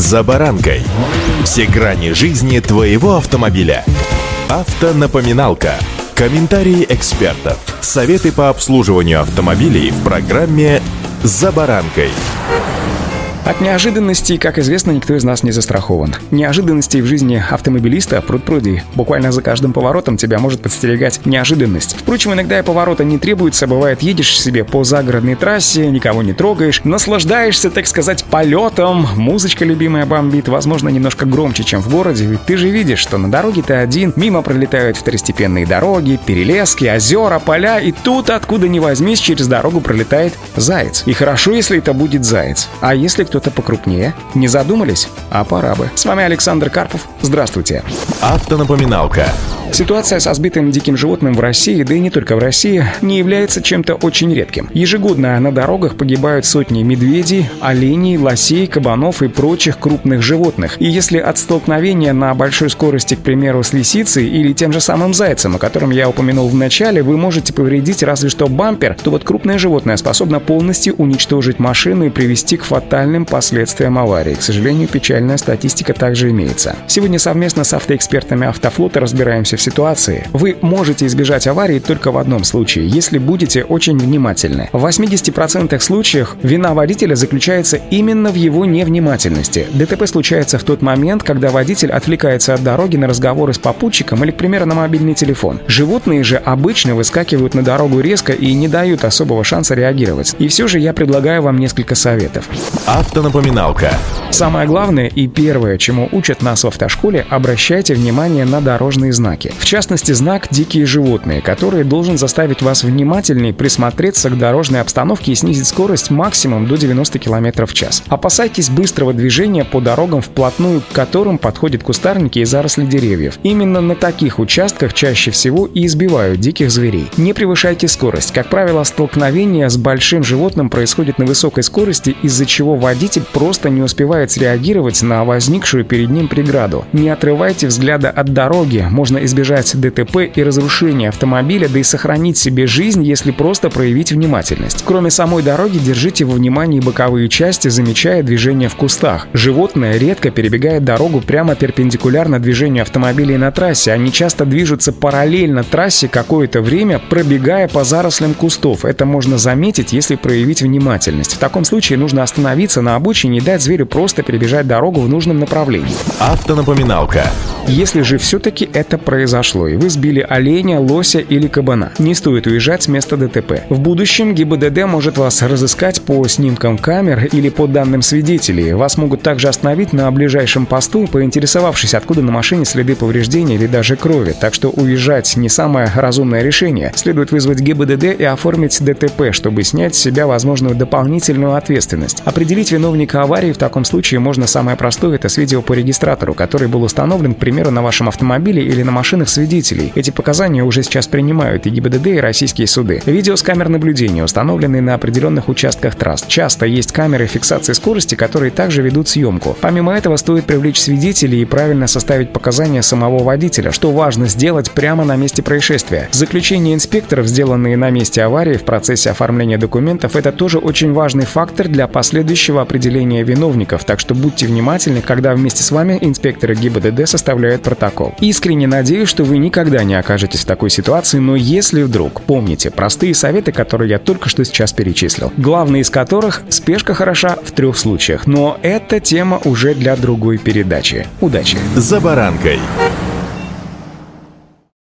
«За баранкой». Все грани жизни твоего автомобиля. Автонапоминалка. Комментарии экспертов. Советы по обслуживанию автомобилей в программе «За баранкой». От неожиданностей, как известно, никто из нас не застрахован. Неожиданностей в жизни автомобилиста пруд-пруди. Буквально за каждым поворотом тебя может подстерегать неожиданность. Впрочем, иногда и поворота не требуется. Бывает, едешь себе по загородной трассе, никого не трогаешь, наслаждаешься, так сказать, полетом. Музычка любимая бомбит, возможно, немножко громче, чем в городе. Ведь ты же видишь, что на дороге ты один, мимо пролетают второстепенные дороги, перелески, озера, поля. И тут, откуда ни возьмись, через дорогу пролетает заяц. И хорошо, если это будет заяц. А если кто-то покрупнее? Не задумались? А пора бы. С вами Александр Карпов. Здравствуйте. Автонапоминалка. Ситуация со сбитым диким животным в России, да и не только в России, не является чем-то очень редким. Ежегодно на дорогах погибают сотни медведей, оленей, лосей, кабанов и прочих крупных животных. И если от столкновения на большой скорости, к примеру, с лисицей или тем же самым зайцем, о котором я упомянул в начале, вы можете повредить разве что бампер, то вот крупное животное способно полностью уничтожить машину и привести к фатальным последствиям аварии. К сожалению, печальная статистика также имеется. Сегодня совместно с автоэкспертами Автофлота разбираемся в ситуации. Вы можете избежать аварии только в одном случае, если будете очень внимательны. В 80% случаев вина водителя заключается именно в его невнимательности. ДТП случается в тот момент, когда водитель отвлекается от дороги на разговоры с попутчиком или, к примеру, на мобильный телефон. Животные же обычно выскакивают на дорогу резко и не дают особого шанса реагировать. И все же я предлагаю вам несколько советов. Автонапоминалка. Самое главное и первое, чему учат нас в автошколе, обращайте внимание на дорожные знаки. В частности, знак «Дикие животные», который должен заставить вас внимательнее присмотреться к дорожной обстановке и снизить скорость максимум до 90 км в час. Опасайтесь быстрого движения по дорогам, вплотную к которым подходят кустарники и заросли деревьев. Именно на таких участках чаще всего и избивают диких зверей. Не превышайте скорость. Как правило, столкновение с большим животным происходит на высокой скорости, из-за чего водитель просто не успевает среагировать на возникшую перед ним преграду. Не отрывайте взгляда от дороги. Можно избежать ДТП и разрушения автомобиля, да и сохранить себе жизнь, если просто проявить внимательность. Кроме самой дороги, держите во внимании боковые части, замечая движение в кустах. Животное редко перебегает дорогу прямо перпендикулярно движению автомобилей на трассе. Они часто движутся параллельно трассе какое-то время, пробегая по зарослям кустов. Это можно заметить, если проявить внимательность. В таком случае нужно остановиться на обочине и дать зверю просто перебежать дорогу в нужном направлении. Автонапоминалка. Если же все-таки это произошло, и вы сбили оленя, лося или кабана, не стоит уезжать с места ДТП. В будущем ГИБДД может вас разыскать по снимкам камер или по данным свидетелей. Вас могут также остановить на ближайшем посту, поинтересовавшись, откуда на машине следы повреждений или даже крови. Так что уезжать не самое разумное решение. Следует вызвать ГИБДД и оформить ДТП, чтобы снять с себя возможную дополнительную ответственность. Определить виновника аварии в таком случае можно самое простое — это с видео по регистратору, который был установлен, к примеру, на вашем автомобиле или на машинах свидетелей. Эти показания уже сейчас принимают и ГИБДД, и российские суды. Видео с камер наблюдения, установленные на определенных участках трасс. Часто есть камеры фиксации скорости, которые также ведут съемку. Помимо этого, стоит привлечь свидетелей и правильно составить показания самого водителя, что важно сделать прямо на месте происшествия. Заключения инспекторов, сделанные на месте аварии в процессе оформления документов, это тоже очень важный фактор для последующего определения виновников, так что будьте внимательны, когда вместе с вами инспекторы ГИБДД составляют протокол. Искренне надеюсь, что вы никогда не окажетесь в такой ситуации, но если вдруг, помните простые советы, которые я только что сейчас перечислил. Главный из которых — спешка хороша в 3 случаях. Но эта тема уже для другой передачи. Удачи! «За баранкой».